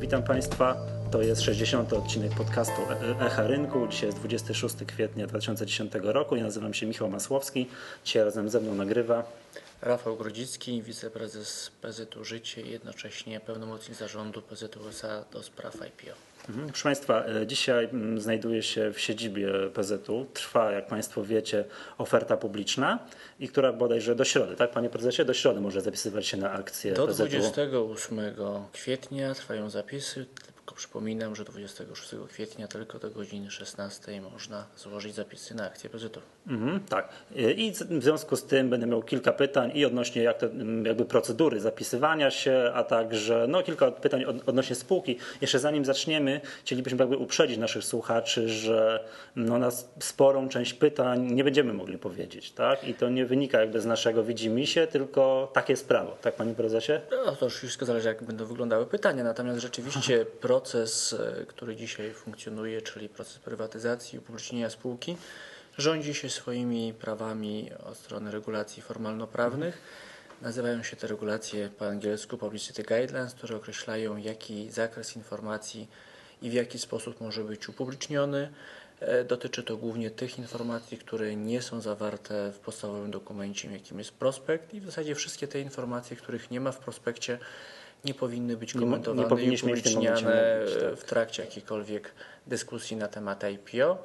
Witam Państwa. To jest 60. odcinek podcastu Echa Rynku. Dzisiaj jest 26 kwietnia 2010 roku. Ja nazywam się Michał Masłowski. Dzisiaj razem ze mną nagrywa Rafał Grodzicki, wiceprezes PZU Życie i jednocześnie pełnomocnik zarządu PZU SA do spraw IPO. Proszę Państwa, dzisiaj znajduję się w siedzibie PZU. Trwa, jak Państwo wiecie, oferta publiczna i która bodajże do środy, tak Panie Prezesie? Do środy może zapisywać się na akcję Do PZU. 28 kwietnia trwają zapisy. Tylko przypominam, że 26 kwietnia tylko do godziny 16 można złożyć zapisy na akcję PZU. Tak. I w związku z tym będę miał kilka pytań i odnośnie jakby procedury zapisywania się, a także kilka pytań odnośnie spółki. Jeszcze zanim zaczniemy, chcielibyśmy jakby uprzedzić naszych słuchaczy, że na sporą część pytań nie będziemy mogli powiedzieć, tak? I to nie wynika jakby z naszego widzimisię, tylko takie jest prawo, tak Panie Prezesie? No, to już wszystko zależy, jak będą wyglądały pytania, natomiast rzeczywiście proces, który dzisiaj funkcjonuje, czyli proces prywatyzacji i upublicznienia spółki, rządzi się swoimi prawami od strony regulacji formalno-prawnych. Nazywają się te regulacje po angielsku Publicity Guidelines, które określają, jaki zakres informacji i w jaki sposób może być upubliczniony. Dotyczy to głównie tych informacji, które nie są zawarte w podstawowym dokumencie, jakim jest prospekt, i w zasadzie wszystkie te informacje, których nie ma w prospekcie, nie powinny być komentowane i upubliczniane w trakcie jakiejkolwiek dyskusji na temat IPO.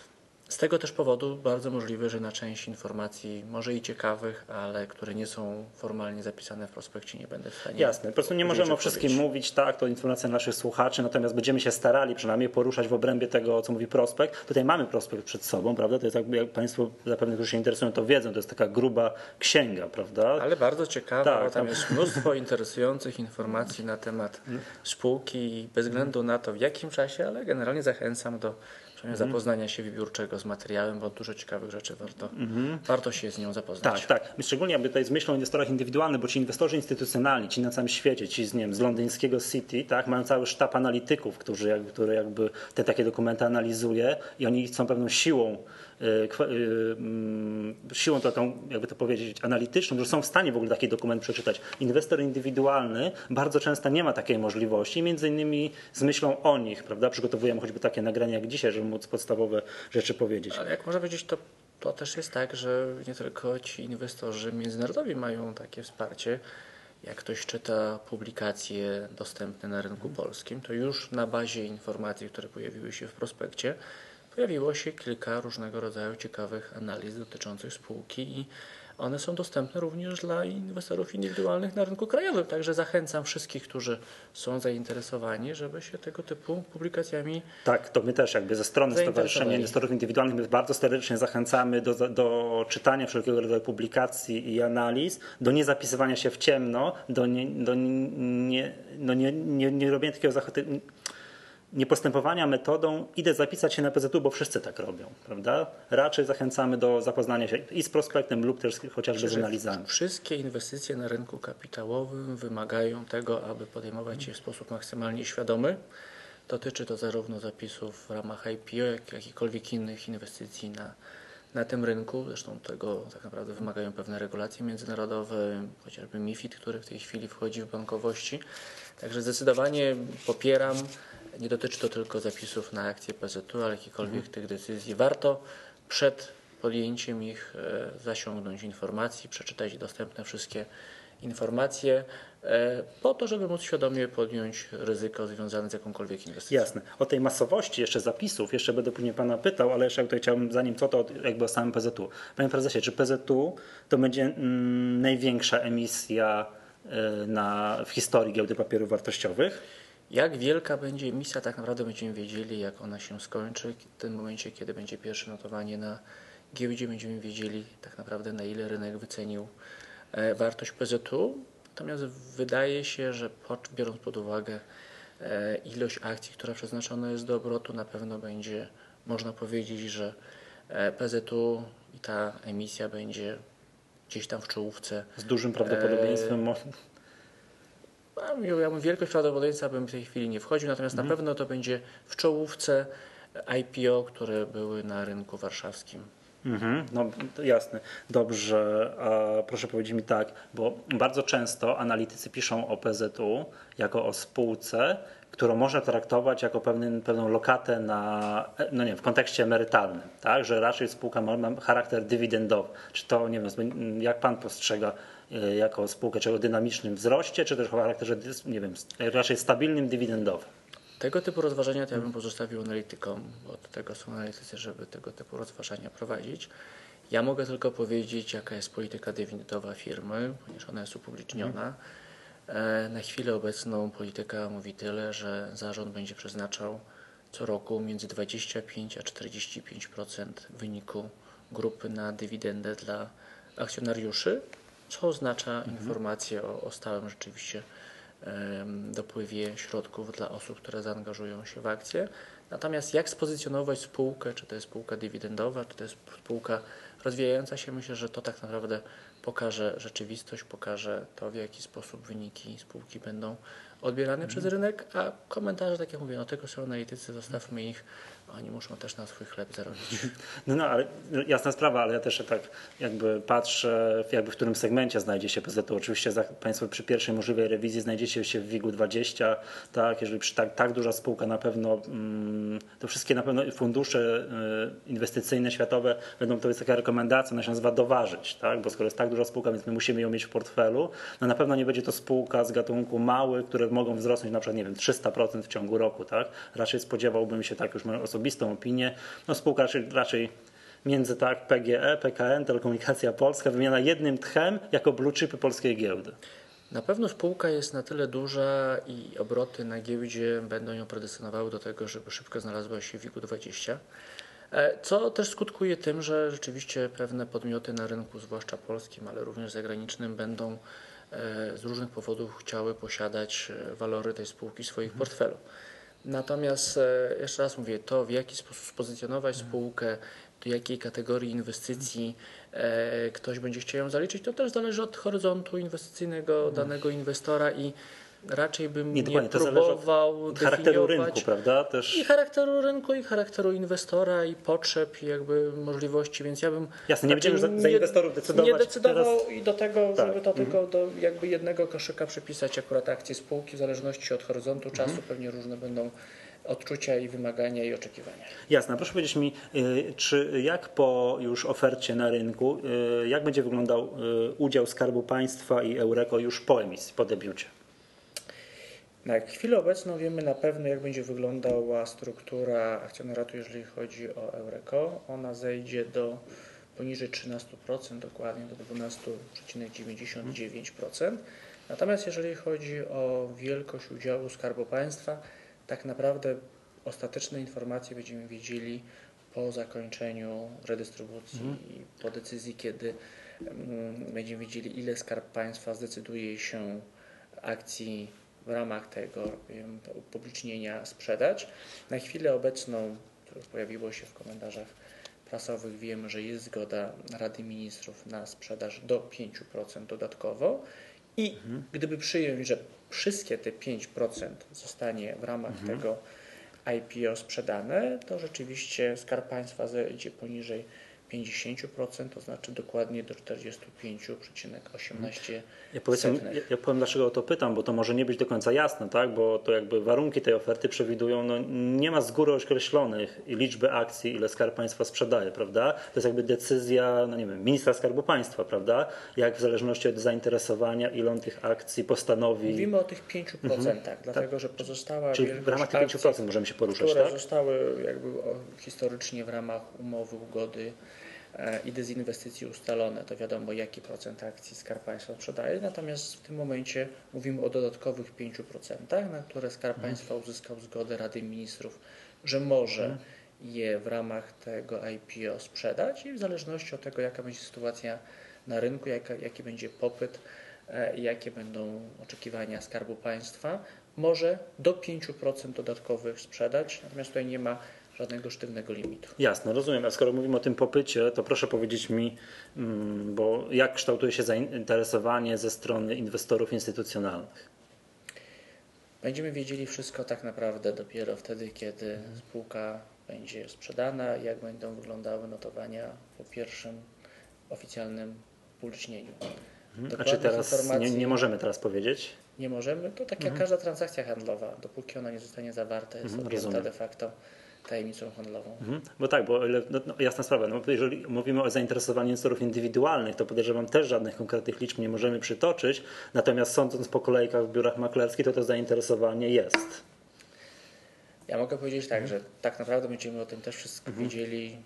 Z tego też powodu bardzo możliwe, że na część informacji, może i ciekawych, ale które nie są formalnie zapisane w prospekcie, nie będę w stanie. Jasne, po prostu nie możemy o wszystkim mówić, tak, to informacja naszych słuchaczy, natomiast będziemy się starali przynajmniej poruszać w obrębie tego, co mówi prospekt. Tutaj mamy prospekt przed sobą, prawda? To jest jak Państwo zapewne, którzy się interesują, to wiedzą, to jest taka gruba księga, prawda? Ale bardzo ciekawa, tak, bo tam jest mnóstwo interesujących informacji na temat spółki i bez względu na to, w jakim czasie, ale generalnie zachęcam do zapoznania się wybiórczego z materiałem, bo dużo ciekawych rzeczy warto się z nią zapoznać. Tak. My szczególnie jakby tutaj z myślą o inwestorach indywidualnych, bo ci inwestorzy instytucjonalni, ci na całym świecie, ci z londyńskiego City, tak, mają cały sztab analityków, który jakby te takie dokumenty analizuje i oni są pewną siłą taką, jakby to powiedzieć, analityczną, że są w stanie w ogóle taki dokument przeczytać. Inwestor indywidualny bardzo często nie ma takiej możliwości, między innymi z myślą o nich, prawda? Przygotowujemy choćby takie nagrania jak dzisiaj, żeby móc podstawowe rzeczy powiedzieć. Ale jak można powiedzieć, to też jest tak, że nie tylko ci inwestorzy międzynarodowi mają takie wsparcie. Jak ktoś czyta publikacje dostępne na rynku polskim, to już na bazie informacji, które pojawiły się w prospekcie, pojawiło się kilka różnego rodzaju ciekawych analiz dotyczących spółki i one są dostępne również dla inwestorów indywidualnych na rynku krajowym. Także zachęcam wszystkich, którzy są zainteresowani, żeby się tego typu publikacjami Tak, to my też jakby ze strony Stowarzyszenia Inwestorów Indywidualnych my bardzo serdecznie zachęcamy do czytania wszelkiego rodzaju publikacji i analiz, do niezapisywania się w ciemno, do nie robienia takiego nie postępowania metodą idę zapisać się na PZU, bo wszyscy tak robią, prawda? Raczej zachęcamy do zapoznania się i z prospektem lub też chociażby z analizami. Wszystkie inwestycje na rynku kapitałowym wymagają tego, aby podejmować je w sposób maksymalnie świadomy. Dotyczy to zarówno zapisów w ramach IPO, jak i jakichkolwiek innych inwestycji na tym rynku. Zresztą tego tak naprawdę wymagają pewne regulacje międzynarodowe, chociażby MiFID, który w tej chwili wchodzi w bankowości. Także zdecydowanie popieram. Nie dotyczy to tylko zapisów na akcję PZU, ale jakichkolwiek tych decyzji. Warto przed podjęciem ich zasiągnąć informacji, przeczytać dostępne wszystkie informacje po to, żeby móc świadomie podjąć ryzyko związane z jakąkolwiek inwestycją. Jasne. O tej masowości jeszcze zapisów, jeszcze będę później Pana pytał, ale jeszcze tutaj chciałbym, zanim to jakby o samym PZU. Panie Prezesie, czy PZU to będzie największa emisja w historii giełdy papierów wartościowych? Jak wielka będzie emisja, tak naprawdę będziemy wiedzieli, jak ona się skończy. W tym momencie, kiedy będzie pierwsze notowanie na giełdzie, będziemy wiedzieli tak naprawdę, na ile rynek wycenił wartość PZU. Natomiast wydaje się, że biorąc pod uwagę ilość akcji, która przeznaczona jest do obrotu, na pewno będzie można powiedzieć, że PZU i ta emisja będzie gdzieś tam w czołówce. Z dużym prawdopodobieństwem. Ja bym wielkość prawdopodobieństwa bym w tej chwili nie wchodził, natomiast na pewno to będzie w czołówce IPO, które były na rynku warszawskim No to jasne. Dobrze, a proszę powiedzieć mi tak, bo bardzo często analitycy piszą o PZU jako o spółce, którą można traktować jako pewną lokatę na, no nie wiem, w kontekście emerytalnym, tak? Że raczej spółka ma charakter dywidendowy. Czy to, nie wiem, jak pan postrzega jako spółkę, czy o dynamicznym wzroście, czy też o charakterze, nie wiem, raczej stabilnym, dywidendowym? Tego typu rozważania to ja bym pozostawił analitykom, bo od tego są analitycy, żeby tego typu rozważania prowadzić. Ja mogę tylko powiedzieć, jaka jest polityka dywidendowa firmy, ponieważ ona jest upubliczniona. Na chwilę obecną polityka mówi tyle, że zarząd będzie przeznaczał co roku między 25 a 45% wyniku grupy na dywidendę dla akcjonariuszy, co oznacza informację o stałym rzeczywiście dopływie środków dla osób, które zaangażują się w akcje. Natomiast jak spozycjonować spółkę, czy to jest spółka dywidendowa, czy to jest spółka rozwijająca się, myślę, że to tak naprawdę pokaże rzeczywistość, pokaże to, w jaki sposób wyniki spółki będą odbierane przez rynek, a komentarze, tak jak mówię, no tego są analitycy, zostawmy ich, oni muszą też na swój chleb zarobić. No, ale jasna sprawa, ale ja też tak jakby patrzę, w którym segmencie znajdzie się PZU. Oczywiście Państwo przy pierwszej możliwej rewizji znajdziecie się w WIG-20, tak, jeżeli przy tak duża spółka na pewno, to wszystkie na pewno fundusze inwestycyjne światowe będą, to jest taka rekomendacja, ona się nazywa doważyć, tak, bo skoro jest tak duża spółka, więc my musimy ją mieć w portfelu, no na pewno nie będzie to spółka z gatunku mały, które mogą wzrosnąć na przykład, nie wiem, 300% w ciągu roku, tak. Raczej spodziewałbym się, tak już moją osobistą opinię, no spółka raczej między tak PGE, PKN, Telekomunikacja Polska, wymiana jednym tchem jako blue chipy polskiej giełdy. Na pewno spółka jest na tyle duża i obroty na giełdzie będą ją predestynowały do tego, żeby szybko znalazła się w WIG-20, co też skutkuje tym, że rzeczywiście pewne podmioty na rynku, zwłaszcza polskim, ale również zagranicznym, będą z różnych powodów chciały posiadać walory tej spółki w swoich portfelu. Natomiast jeszcze raz mówię, to w jaki sposób spozycjonować spółkę, do jakiej kategorii inwestycji ktoś będzie chciał ją zaliczyć, to też zależy od horyzontu inwestycyjnego danego inwestora i raczej bym nie próbował od charakteru rynku, prawda? Też... I charakteru rynku, i charakteru inwestora, i potrzeb, i jakby możliwości, więc ja bym jasne, nie będziemy za inwestorów decydować. Nie decydował teraz... i do tego, tak. żeby to tylko do jakby jednego koszyka przypisać akurat akcje spółki, w zależności od horyzontu czasu, pewnie różne będą odczucia i wymagania i oczekiwania. Jasne. Proszę powiedzieć mi, czy jak po już ofercie na rynku, jak będzie wyglądał udział Skarbu Państwa i Eureko już po emisji, po debiucie? Na chwilę obecną wiemy na pewno, jak będzie wyglądała struktura akcjonariatu, jeżeli chodzi o Eureko. Ona zejdzie do poniżej 13%, dokładnie do 12,99%. Natomiast jeżeli chodzi o wielkość udziału Skarbu Państwa, tak naprawdę ostateczne informacje będziemy wiedzieli po zakończeniu redystrybucji i po decyzji, kiedy będziemy wiedzieli, ile Skarb Państwa zdecyduje się akcji w ramach tego upublicznienia sprzedać. Na chwilę obecną, to już pojawiło się w komentarzach prasowych, wiemy, że jest zgoda Rady Ministrów na sprzedaż do 5% dodatkowo i gdyby przyjąć, że wszystkie te 5% zostanie w ramach tego IPO sprzedane, to rzeczywiście Skarb Państwa zejdzie poniżej 50%, to znaczy dokładnie do 45,18%. Ja powiem, dlaczego o to pytam, bo to może nie być do końca jasne, tak? Bo to jakby warunki tej oferty przewidują, no nie ma z góry określonych liczby akcji, ile Skarb Państwa sprzedaje, prawda? To jest jakby decyzja, no nie wiem, ministra Skarbu Państwa, prawda? Jak w zależności od zainteresowania, ile on tych akcji postanowi. Mówimy o tych 5%, dlatego że pozostała czyli w ramach tych 5% możemy się poruszać, które tak? zostały jakby historycznie w ramach umowy, ugody i dezinwestycji ustalone, to wiadomo, jaki procent akcji Skarb Państwa sprzedaje, natomiast w tym momencie mówimy o dodatkowych 5%, na które Skarb Państwa uzyskał zgodę Rady Ministrów, że może je w ramach tego IPO sprzedać i w zależności od tego, jaka będzie sytuacja na rynku, jaki będzie popyt, jakie będą oczekiwania Skarbu Państwa, może do 5% dodatkowych sprzedać, natomiast tutaj nie ma żadnego sztywnego limitu. Jasne, rozumiem. A skoro mówimy o tym popycie, to proszę powiedzieć mi, bo jak kształtuje się zainteresowanie ze strony inwestorów instytucjonalnych? Będziemy wiedzieli wszystko tak naprawdę dopiero wtedy, kiedy spółka będzie sprzedana, jak będą wyglądały notowania po pierwszym oficjalnym upublicznieniu. A czy teraz nie możemy teraz powiedzieć? Nie możemy, to tak jak każda transakcja handlowa, dopóki ona nie zostanie zawarta, jest objęta de facto tajemnicą handlową. Bo tak, bo jasna sprawa, no, jeżeli mówimy o zainteresowaniu inwestorów indywidualnych, to podejrzewam też żadnych konkretnych liczb nie możemy przytoczyć, natomiast sądząc po kolejkach w biurach maklerskich, to zainteresowanie jest. Ja mogę powiedzieć tak, że tak naprawdę będziemy o tym też wszystko wiedzieli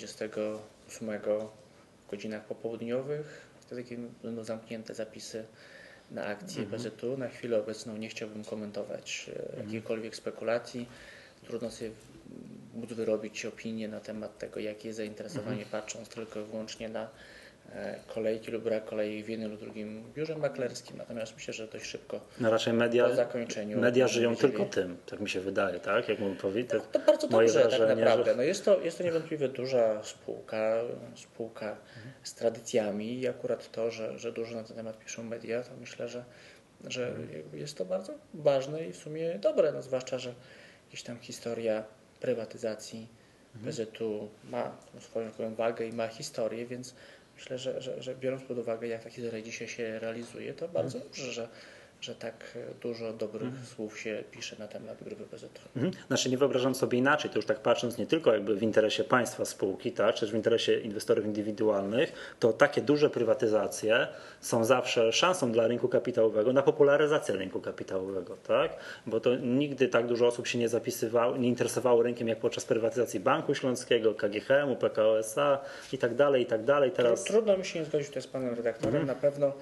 28 w godzinach popołudniowych, wtedy kiedy będą zamknięte zapisy na akcje PZU. Na chwilę obecną nie chciałbym komentować jakichkolwiek spekulacji. Trudno sobie móc wyrobić opinię na temat tego, jakie jest zainteresowanie, patrząc tylko i wyłącznie na kolejki lub brak kolei w jednym lub drugim biurze maklerskim. Natomiast myślę, że dość szybko no raczej po zakończeniu... Media żyją tylko tym, tak mi się wydaje, tak? Jak mówię, no, to bardzo dobrze tak naprawdę. No jest to niewątpliwie duża spółka z tradycjami i akurat to, że dużo na ten temat piszą media, to myślę, że jest to bardzo ważne i w sumie dobre, no zwłaszcza, że gdzieś tam historia prywatyzacji PZU ma swoją wagę i ma historię, więc myślę, że biorąc pod uwagę, jak ta historia dzisiaj się realizuje, to bardzo dobrze, że tak dużo dobrych słów się pisze na temat grupy PZU. Znaczy nie wyobrażam sobie inaczej, to już tak patrząc nie tylko jakby w interesie państwa spółki, tak, czy też w interesie inwestorów indywidualnych, to takie duże prywatyzacje są zawsze szansą dla rynku kapitałowego na popularyzację rynku kapitałowego, tak? Bo to nigdy tak dużo osób się nie interesowało rynkiem jak podczas prywatyzacji Banku Śląskiego, KGHM-u, PKO SA i tak dalej, i tak dalej. Teraz... Trudno mi się nie zgodzić tutaj z panem redaktorem, na pewno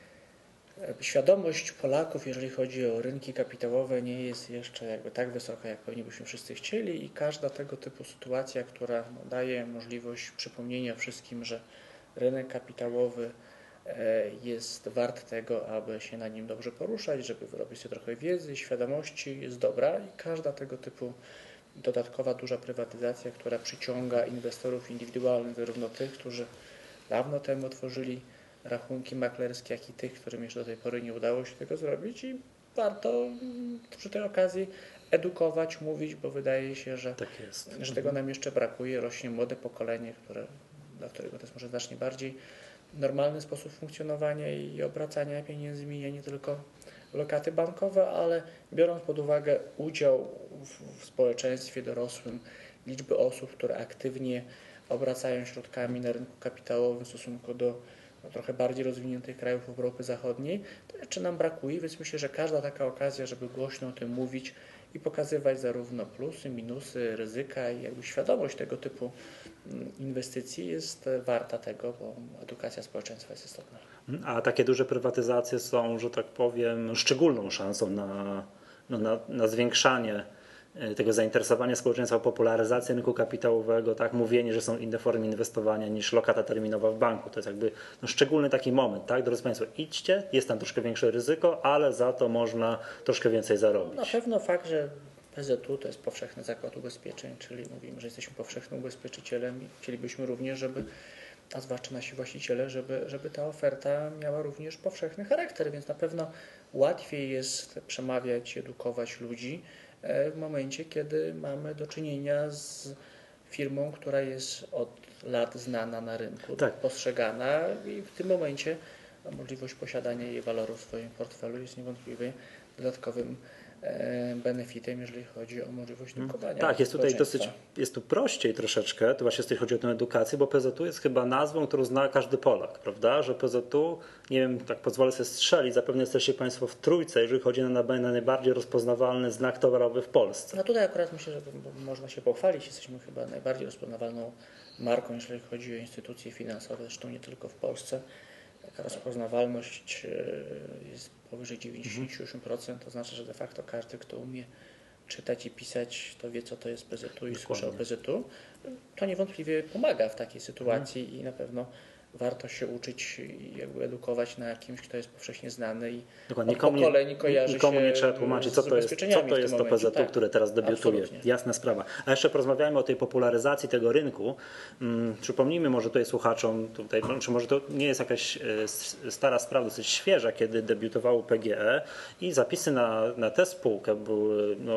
świadomość Polaków, jeżeli chodzi o rynki kapitałowe, nie jest jeszcze jakby tak wysoka, jak pewnie byśmy wszyscy chcieli i każda tego typu sytuacja, która daje możliwość przypomnienia wszystkim, że rynek kapitałowy jest wart tego, aby się na nim dobrze poruszać, żeby wyrobić sobie trochę wiedzy, świadomości, jest dobra i każda tego typu dodatkowa duża prywatyzacja, która przyciąga inwestorów indywidualnych, zarówno tych, którzy dawno temu otworzyli rachunki maklerskie, jak i tych, którym jeszcze do tej pory nie udało się tego zrobić i warto przy tej okazji edukować, mówić, bo wydaje się, że, tak jest. Że tego nam jeszcze brakuje. Rośnie młode pokolenie, dla którego to jest może znacznie bardziej normalny sposób funkcjonowania i obracania pieniędzmi, a nie tylko lokaty bankowe, ale biorąc pod uwagę udział w społeczeństwie dorosłym, liczby osób, które aktywnie obracają środkami na rynku kapitałowym w stosunku do trochę bardziej rozwiniętych krajów Europy Zachodniej, to jeszcze nam brakuje, więc myślę, że każda taka okazja, żeby głośno o tym mówić i pokazywać zarówno plusy, minusy, ryzyka i jakby świadomość tego typu inwestycji jest warta tego, bo edukacja społeczeństwa jest istotna. A takie duże prywatyzacje są, że tak powiem, szczególną szansą na zwiększanie tego zainteresowania społeczeństwa, popularyzację rynku kapitałowego, tak, mówienie, że są inne formy inwestowania niż lokata terminowa w banku. To jest jakby szczególny taki moment, tak, drodzy Państwo, idźcie, jest tam troszkę większe ryzyko, ale za to można troszkę więcej zarobić. Na pewno fakt, że PZU to jest powszechny zakład ubezpieczeń, czyli mówimy, że jesteśmy powszechnym ubezpieczycielem i chcielibyśmy również, a zwłaszcza nasi właściciele, żeby ta oferta miała również powszechny charakter, więc na pewno łatwiej jest przemawiać, edukować ludzi w momencie, kiedy mamy do czynienia z firmą, która jest od lat znana na rynku, tak, postrzegana i w tym momencie możliwość posiadania jej waloru w swoim portfelu jest niewątpliwie dodatkowym benefitem, jeżeli chodzi o możliwość drukowania. Tak, jest tutaj jest tu prościej troszeczkę, to właśnie jeśli chodzi o tę edukację, bo PZU jest chyba nazwą, którą zna każdy Polak, prawda? Że PZU, nie wiem, tak pozwolę sobie strzelić, zapewne jesteście Państwo w trójce, jeżeli chodzi na najbardziej rozpoznawalny znak towarowy w Polsce. No tutaj akurat myślę, że można się pochwalić, jesteśmy chyba najbardziej rozpoznawalną marką, jeżeli chodzi o instytucje finansowe, zresztą nie tylko w Polsce. Taka rozpoznawalność jest powyżej 98%, to znaczy, że de facto każdy, kto umie czytać i pisać, to wie, co to jest PZU i słyszy o PZU. To niewątpliwie pomaga w takiej sytuacji i na pewno warto się uczyć i jakby edukować na kimś, kto jest powszechnie znany i pokoleń kojarzy nikomu się nie trzeba tłumaczyć, co to jest to PZU, tak, które teraz debiutuje. Absolutnie. Jasna sprawa. A jeszcze porozmawiajmy o tej popularyzacji tego rynku. Przypomnijmy może tutaj słuchaczom, czy może to nie jest jakaś stara sprawa, dosyć świeża, kiedy debiutowało PGE i zapisy na tę spółkę były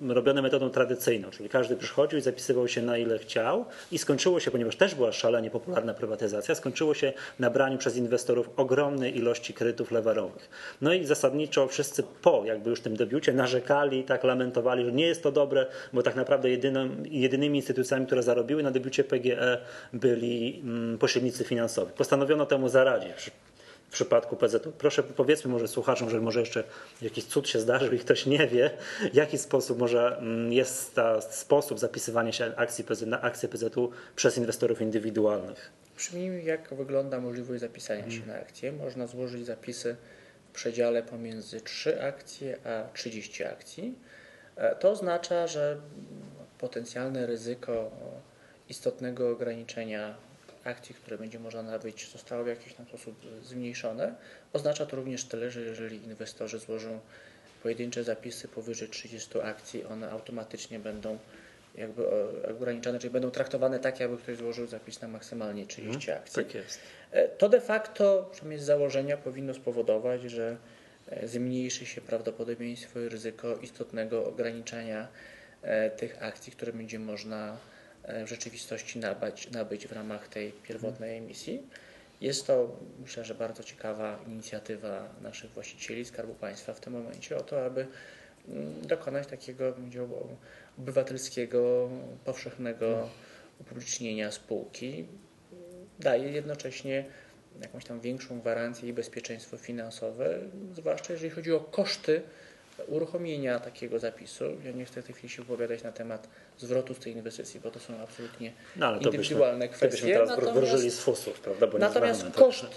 robione metodą tradycyjną, czyli każdy przychodził i zapisywał się na ile chciał i skończyło się, ponieważ też była szalenie popularna prywatyzacja, skończyło się na braniu przez inwestorów ogromnej ilości kredytów lewarowych. No i zasadniczo wszyscy po jakby już tym debiucie narzekali, tak lamentowali, że nie jest to dobre, bo tak naprawdę jedynymi instytucjami, które zarobiły na debiucie PGE byli pośrednicy finansowi. Postanowiono temu zaradzić. W przypadku PZU. Proszę powiedzmy może słuchaczom, że może jeszcze jakiś cud się zdarzył i ktoś nie wie, w jaki sposób może jest sposób zapisywania się na akcje PZU przez inwestorów indywidualnych. Przyjmijmy, jak wygląda możliwość zapisania się na akcje. Można złożyć zapisy w przedziale pomiędzy 3 akcje a 30 akcji. To oznacza, że potencjalne ryzyko istotnego ograniczenia akcji, które będzie można nabyć, zostało w jakiś tam sposób zmniejszone. Oznacza to również tyle, że jeżeli inwestorzy złożą pojedyncze zapisy powyżej 30 akcji, one automatycznie będą jakby ograniczone, czyli będą traktowane tak, jakby ktoś złożył zapis na maksymalnie 30 akcji. Tak jest. To de facto, przynajmniej z założenia, powinno spowodować, że zmniejszy się prawdopodobieństwo i ryzyko istotnego ograniczenia tych akcji, które będzie można w rzeczywistości nabyć w ramach tej pierwotnej emisji. Jest to, myślę, że bardzo ciekawa inicjatywa naszych właścicieli Skarbu Państwa w tym momencie o to, aby dokonać takiego obywatelskiego, powszechnego upublicznienia spółki. Daje jednocześnie jakąś tam większą gwarancję i bezpieczeństwo finansowe, zwłaszcza jeżeli chodzi o koszty uruchomienia takiego zapisu. Ja nie chcę w tej chwili się wypowiadać na temat zwrotu z tej inwestycji, bo to są absolutnie indywidualne kwestie. Byśmy teraz wróżyli z fusów, prawda? Bo natomiast koszt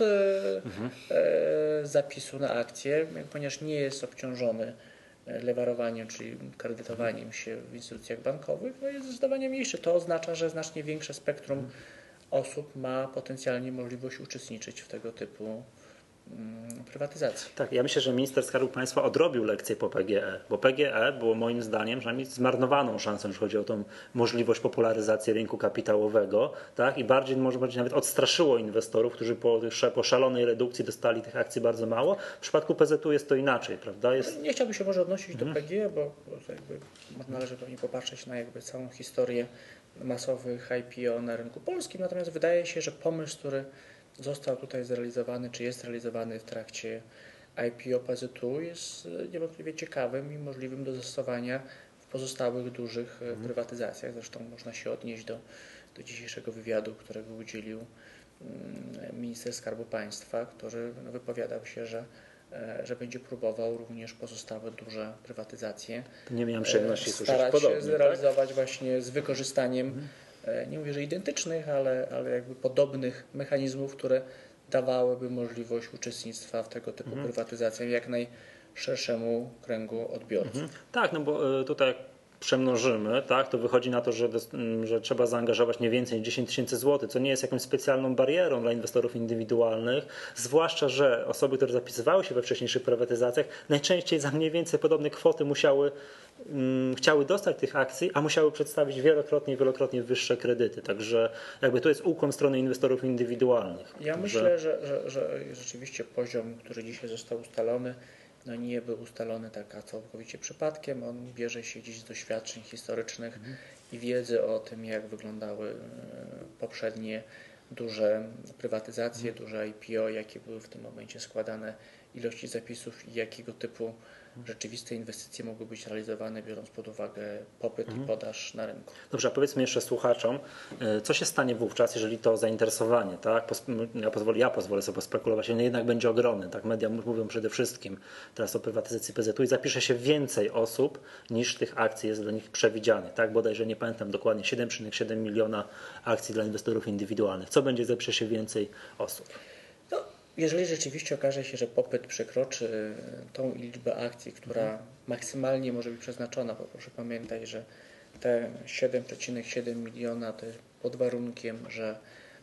zapisu na akcję, ponieważ nie jest obciążony lewarowaniem, czyli kredytowaniem się w instytucjach bankowych, jest zdecydowanie mniejszy. To oznacza, że znacznie większe spektrum osób ma potencjalnie możliwość uczestniczyć w tego typu prywatyzacji. Tak, ja myślę, że minister Skarbu Państwa odrobił lekcję po PGE, bo PGE było moim zdaniem przynajmniej zmarnowaną szansą, jeśli chodzi o tą możliwość popularyzacji rynku kapitałowego, tak? I bardziej może być nawet odstraszyło inwestorów, którzy po szalonej redukcji dostali tych akcji bardzo mało. W przypadku PZU jest to inaczej, prawda? Nie chciałbym się może odnosić do PGE, bo jakby należy pewnie popatrzeć na jakby całą historię masowych IPO na rynku polskim, natomiast wydaje się, że pomysł, który został tutaj zrealizowany, czy jest realizowany w trakcie IPO PZU, jest niewątpliwie ciekawym i możliwym do zastosowania w pozostałych dużych prywatyzacjach. Zresztą można się odnieść do dzisiejszego wywiadu, którego udzielił minister Skarbu Państwa, który wypowiadał się, że będzie próbował również pozostałe duże prywatyzacje nie miałem przyjemności starać się zrealizować właśnie z wykorzystaniem nie mówię, że identycznych, ale jakby podobnych mechanizmów, które dawałyby możliwość uczestnictwa w tego typu prywatyzacjach jak najszerszemu kręgu odbiorców. Tak, no bo tutaj jak przemnożymy, tak, to wychodzi na to, że trzeba zaangażować nie więcej niż 10 000 złotych, co nie jest jakąś specjalną barierą dla inwestorów indywidualnych, zwłaszcza, że osoby, które zapisywały się we wcześniejszych prywatyzacjach, najczęściej za mniej więcej podobne kwoty chciały dostać tych akcji, a musiały przedstawić wielokrotnie wyższe kredyty. Także jakby to jest ukłon w stronę inwestorów indywidualnych. Ja myślę, że rzeczywiście poziom, który dzisiaj został ustalony, nie był ustalony tak całkowicie przypadkiem. On bierze się dziś z doświadczeń historycznych i wiedzy o tym, jak wyglądały poprzednie duże prywatyzacje, duże IPO, jakie były w tym momencie składane ilości zapisów i jakiego typu rzeczywiste inwestycje mogły być realizowane, biorąc pod uwagę popyt i podaż na rynku. Dobrze, a powiedzmy jeszcze słuchaczom, co się stanie wówczas, jeżeli to zainteresowanie, tak? Ja pozwolę sobie pospekulować, ale jednak będzie ogromne. Tak? Media mówią przede wszystkim teraz o prywatyzacji PZU i zapisze się więcej osób niż tych akcji jest dla nich przewidzianych. Tak? Bodajże nie pamiętam dokładnie, 7,7 miliona akcji dla inwestorów indywidualnych. Co będzie, zapisze się więcej osób? Jeżeli rzeczywiście okaże się, że popyt przekroczy tą liczbę akcji, która maksymalnie może być przeznaczona, bo proszę pamiętać, że te 7,7 miliona to jest pod warunkiem, że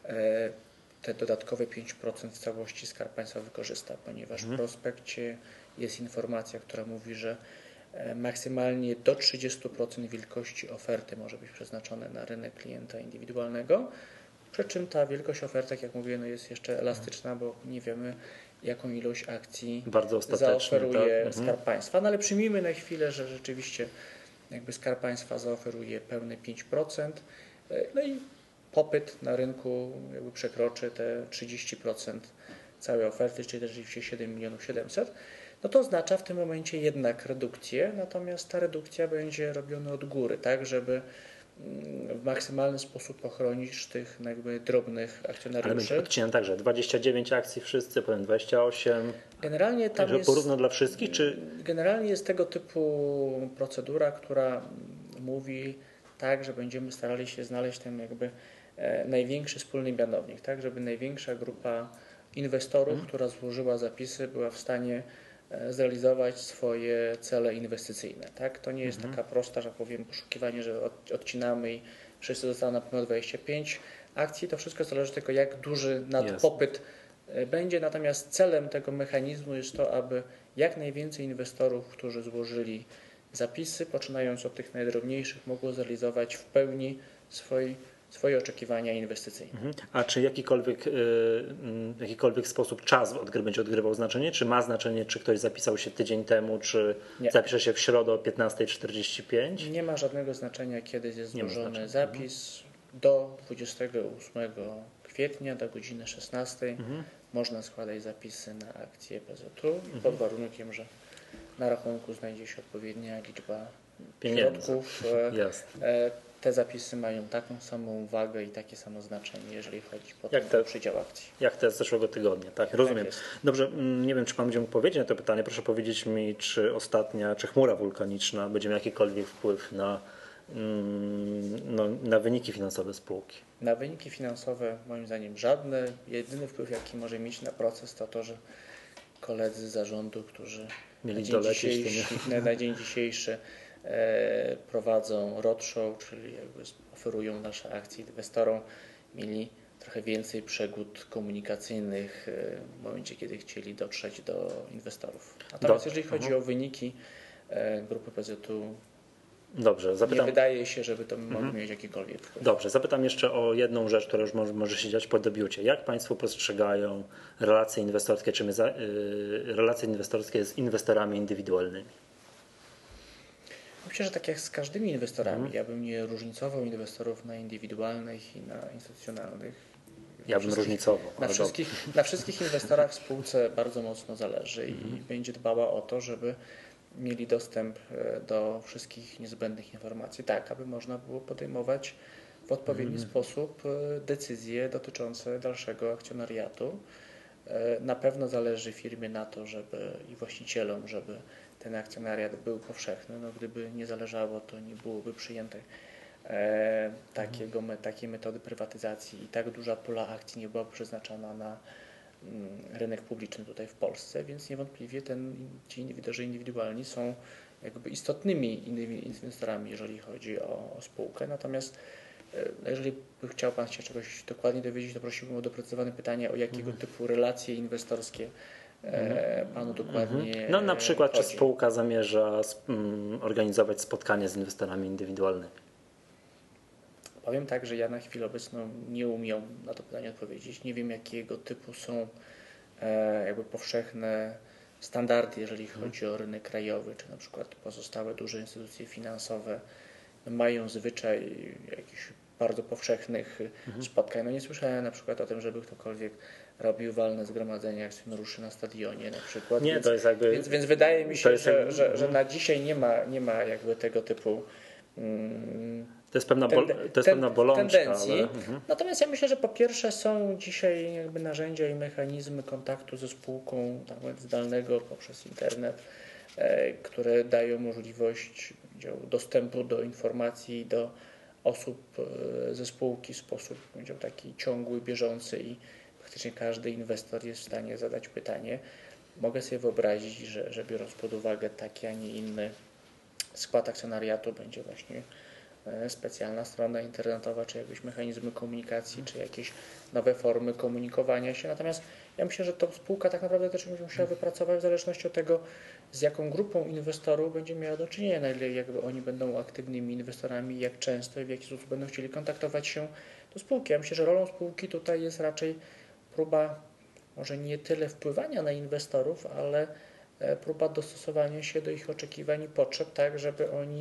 te dodatkowe 5% w całości Skarb Państwa wykorzysta, ponieważ w prospekcie jest informacja, która mówi, że maksymalnie do 30% wielkości oferty może być przeznaczone na rynek klienta indywidualnego. Przy czym ta wielkość oferty, jak mówię, jest jeszcze elastyczna, bo nie wiemy, jaką ilość akcji zaoferuje Skarb Państwa. No ale przyjmijmy na chwilę, że rzeczywiście jakby Skarb Państwa zaoferuje pełne 5%, no i popyt na rynku jakby przekroczy te 30% całej oferty, czyli rzeczywiście 7 700 000, no to oznacza w tym momencie jednak redukcję, natomiast ta redukcja będzie robiona od góry, tak, żeby w maksymalny sposób ochronić tych jakby drobnych Ale akcjonariuszy. będzie odcinane także 29 akcji wszyscy, potem 28. Generalnie tam Także jest, porówno dla wszystkich, czy generalnie jest tego typu procedura, która mówi tak, że będziemy starali się znaleźć ten jakby największy wspólny mianownik, tak, żeby największa grupa inwestorów, która złożyła zapisy, była w stanie zrealizować swoje cele inwestycyjne. Tak? To nie jest taka prosta, że powiem, poszukiwanie, że odcinamy i wszyscy dostaną na pewno 25 akcji. To wszystko zależy tylko, jak duży nadpopyt będzie. Natomiast celem tego mechanizmu jest to, aby jak najwięcej inwestorów, którzy złożyli zapisy, poczynając od tych najdrobniejszych, mogło zrealizować w pełni swoje oczekiwania inwestycyjne. A czy jakikolwiek sposób czas będzie odgrywał znaczenie? Czy ma znaczenie, czy ktoś zapisał się tydzień temu, czy zapisze się w środę o 15:45? Nie ma żadnego znaczenia, kiedy jest złożony zapis. Do 28 kwietnia do godziny 16 można składać zapisy na akcje PZU pod warunkiem, że na rachunku znajdzie się odpowiednia liczba środków. Te zapisy mają taką samą wagę i takie samo znaczenie, jeżeli chodzi o przydział akcji. Jak te z zeszłego tygodnia, tak, rozumiem. Tak. Dobrze, nie wiem, czy Pan będzie mógł powiedzieć na to pytanie. Proszę powiedzieć mi, czy chmura wulkaniczna będzie miała jakikolwiek wpływ na wyniki finansowe spółki? Na wyniki finansowe moim zdaniem żadne. Jedyny wpływ, jaki może mieć na proces, to że koledzy z zarządu, którzy na dzień dzisiejszy prowadzą roadshow, czyli jakby oferują nasze akcje inwestorom, mieli trochę więcej przygód komunikacyjnych w momencie, kiedy chcieli dotrzeć do inwestorów. Natomiast jeżeli chodzi o wyniki grupy PZU, nie wydaje się, żeby to mogło mieć jakikolwiek wpływ. Dobrze, zapytam jeszcze o jedną rzecz, która już może się dziać po debiucie. Jak Państwo postrzegają relacje inwestorskie z inwestorami indywidualnymi? Myślę, że tak jak z każdymi inwestorami, ja bym nie różnicował inwestorów na indywidualnych i na instytucjonalnych. Ja bym różnicował. Na wszystkich inwestorach w spółce bardzo mocno zależy i będzie dbała o to, żeby mieli dostęp do wszystkich niezbędnych informacji, tak aby można było podejmować w odpowiedni sposób decyzje dotyczące dalszego akcjonariatu. Na pewno zależy firmie na to, i właścicielom, żeby ten akcjonariat był powszechny. No, gdyby nie zależało, to nie byłoby przyjęte takiej metody prywatyzacji i tak duża pula akcji nie byłaby przeznaczona na rynek publiczny tutaj w Polsce, więc niewątpliwie ci inwestorzy indywidualni są jakby istotnymi inwestorami, jeżeli chodzi o spółkę. Natomiast jeżeli by chciał Pan się czegoś dokładnie dowiedzieć, to prosiłbym o doprecyzowane pytanie, o jakiego typu relacje inwestorskie Panu dokładnie na przykład, chodzi. Czy spółka zamierza organizować spotkanie z inwestorami indywidualnymi? Powiem tak, że ja na chwilę obecną nie umiem na to pytanie odpowiedzieć. Nie wiem, jakiego typu są jakby powszechne standardy, jeżeli chodzi o rynek krajowy, czy na przykład pozostałe duże instytucje finansowe mają zwyczaj jakichś bardzo powszechnych spotkań. No nie słyszałem na przykład o tym, żeby ktokolwiek robił walne zgromadzenie akcjonariuszy na stadionie na przykład. Nie, to jest jakby... Więc wydaje mi się, że na dzisiaj nie ma jakby tego typu to jest pewna bolączka. Tendencji. Ale... Natomiast ja myślę, że po pierwsze są dzisiaj jakby narzędzia i mechanizmy kontaktu ze spółką zdalnego poprzez internet, które dają możliwość dostępu do informacji, do osób ze spółki w sposób taki ciągły, bieżący i praktycznie każdy inwestor jest w stanie zadać pytanie. Mogę sobie wyobrazić, że biorąc pod uwagę taki, a nie inny skład akcjonariatu, będzie właśnie specjalna strona internetowa, czy jakieś mechanizmy komunikacji, czy jakieś nowe formy komunikowania się. Natomiast ja myślę, że to spółka tak naprawdę też będzie musiała wypracować w zależności od tego, z jaką grupą inwestorów będzie miała do czynienia, na ile jakby oni będą aktywnymi inwestorami, jak często i w jaki sposób będą chcieli kontaktować się do spółki. Ja myślę, że rolą spółki tutaj jest raczej próba może nie tyle wpływania na inwestorów, ale próba dostosowania się do ich oczekiwań i potrzeb, tak żeby oni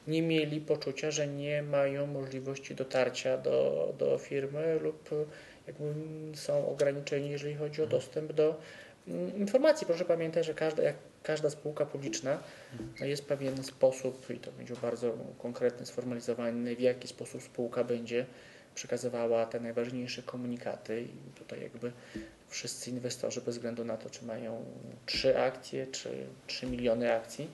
nie mieli poczucia, że nie mają możliwości dotarcia do firmy lub jakby są ograniczeni, jeżeli chodzi o dostęp do informacji. Proszę pamiętać, że każda spółka publiczna jest pewien sposób, i to będzie bardzo konkretnie sformalizowany, w jaki sposób spółka będzie przekazywała te najważniejsze komunikaty i tutaj jakby wszyscy inwestorzy, bez względu na to, czy mają 3 akcje, czy 3 miliony akcji,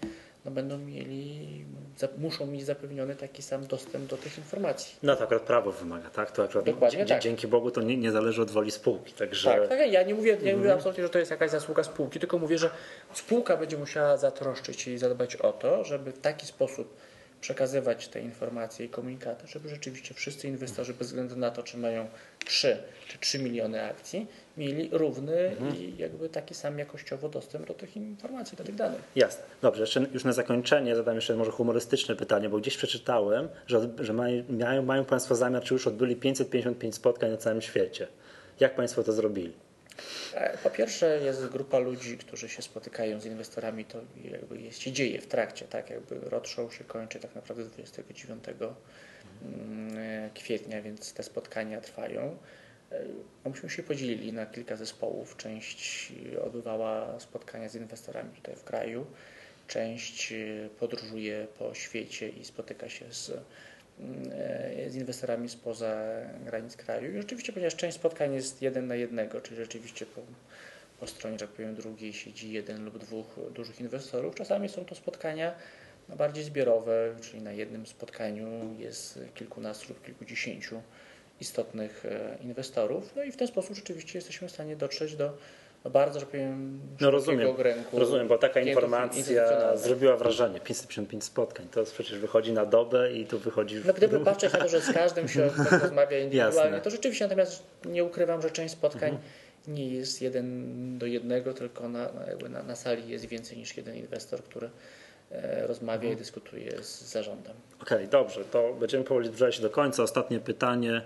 muszą mieć zapewniony taki sam dostęp do tych informacji. No to akurat prawo wymaga, tak? To akurat Dokładnie tak. Dzięki Bogu to nie zależy od woli spółki. Także... Tak. Ja nie mówię absolutnie, że to jest jakaś zasługa spółki, tylko mówię, że spółka będzie musiała zatroszczyć się i zadbać o to, żeby w taki sposób przekazywać te informacje i komunikaty, żeby rzeczywiście wszyscy inwestorzy, bez względu na to, czy mają 3 czy 3 miliony akcji, mieli równy i jakby taki sam jakościowo dostęp do tych informacji, do tych danych. Jasne. Dobrze, jeszcze już na zakończenie zadam jeszcze może humorystyczne pytanie, bo gdzieś przeczytałem, że mają Państwo zamiar, czy już odbyli 555 spotkań na całym świecie. Jak Państwo to zrobili? Po pierwsze jest grupa ludzi, którzy się spotykają z inwestorami, to jakby się dzieje w trakcie, tak jakby roadshow się kończy tak naprawdę 29 kwietnia, więc te spotkania trwają. Myśmy się podzielili na kilka zespołów. Część odbywała spotkania z inwestorami tutaj w kraju, część podróżuje po świecie i spotyka się z inwestorami spoza granic kraju. I rzeczywiście, ponieważ część spotkań jest 1 na 1, czyli rzeczywiście po stronie, że tak powiem, drugiej siedzi 1 lub 2 dużych inwestorów. Czasami są to spotkania bardziej zbiorowe, czyli na jednym spotkaniu jest kilkunastu lub kilkudziesięciu istotnych inwestorów. No i w ten sposób rzeczywiście jesteśmy w stanie dotrzeć do bardzo, że powiem, szerokiego rynku. Rozumiem, bo taka informacja zrobiła wrażenie. 555 spotkań, to przecież wychodzi na dobę i tu wychodzi... No gdyby patrzeć na to, że z każdym się rozmawia indywidualnie, to rzeczywiście, natomiast nie ukrywam, że część spotkań nie jest 1 do 1, tylko na sali jest więcej niż jeden inwestor, który rozmawia i dyskutuje z zarządem. Okej, dobrze, to będziemy powoli zbliżać się do końca. Ostatnie pytanie,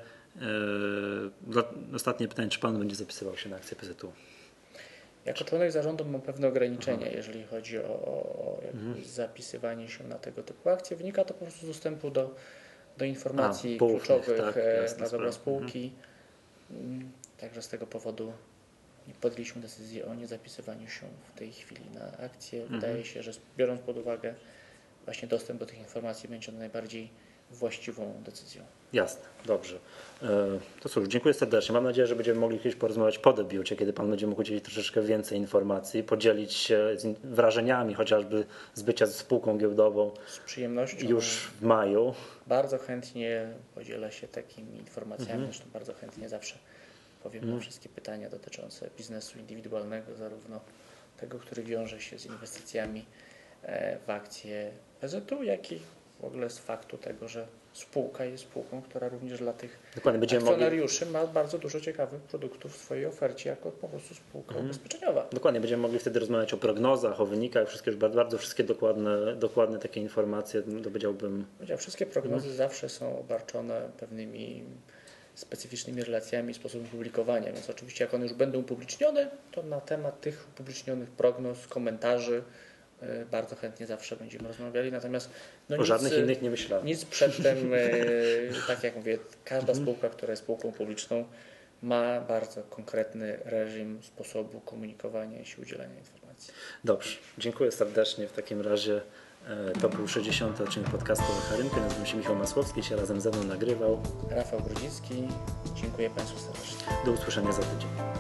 czy Pan będzie zapisywał się na akcję PZU? Jako członek zarządu mam pewne ograniczenia, jeżeli chodzi o zapisywanie się na tego typu akcje. Wynika to po prostu z dostępu do informacji kluczowych dla dobra spółki. Także z tego powodu podjęliśmy decyzję o niezapisywaniu się w tej chwili na akcję. Wydaje się, że biorąc pod uwagę właśnie dostęp do tych informacji, będzie on najbardziej właściwą decyzją. Jasne, dobrze. To cóż, dziękuję serdecznie. Mam nadzieję, że będziemy mogli kiedyś porozmawiać po debiucie, kiedy Pan będzie mógł udzielić troszeczkę więcej informacji, podzielić się zrażeniami chociażby z bycia ze spółką giełdową. Z przyjemnością. Już w maju. Bardzo chętnie podzielę się takimi informacjami, zresztą bardzo chętnie zawsze powiem na wszystkie pytania dotyczące biznesu indywidualnego, zarówno tego, który wiąże się z inwestycjami w akcje PZU, jak i w ogóle z faktu tego, że spółka jest spółką, która również dla tych akcjonariuszy ma bardzo dużo ciekawych produktów w swojej ofercie, jako po prostu spółka ubezpieczeniowa. Dokładnie, będziemy mogli wtedy rozmawiać o prognozach, o wynikach, bardzo wszystkie dokładne takie informacje, powiedziałbym. Wszystkie prognozy zawsze są obarczone pewnymi specyficznymi relacjami i sposobem publikowania, więc oczywiście jak one już będą upublicznione, to na temat tych upublicznionych prognoz, komentarzy bardzo chętnie zawsze będziemy rozmawiali, natomiast o żadnych innych nie myślałem. Nic przedtem, tak jak mówię, każda spółka, która jest spółką publiczną, ma bardzo konkretny reżim sposobu komunikowania się, udzielania informacji. Dobrze, dziękuję serdecznie. W takim razie to był 60. odcinek podcastu Lecharynkę. Nazywam się Michał Masłowski, się razem ze mną nagrywał Rafał Grudzicki. Dziękuję Państwu serdecznie. Do usłyszenia za tydzień.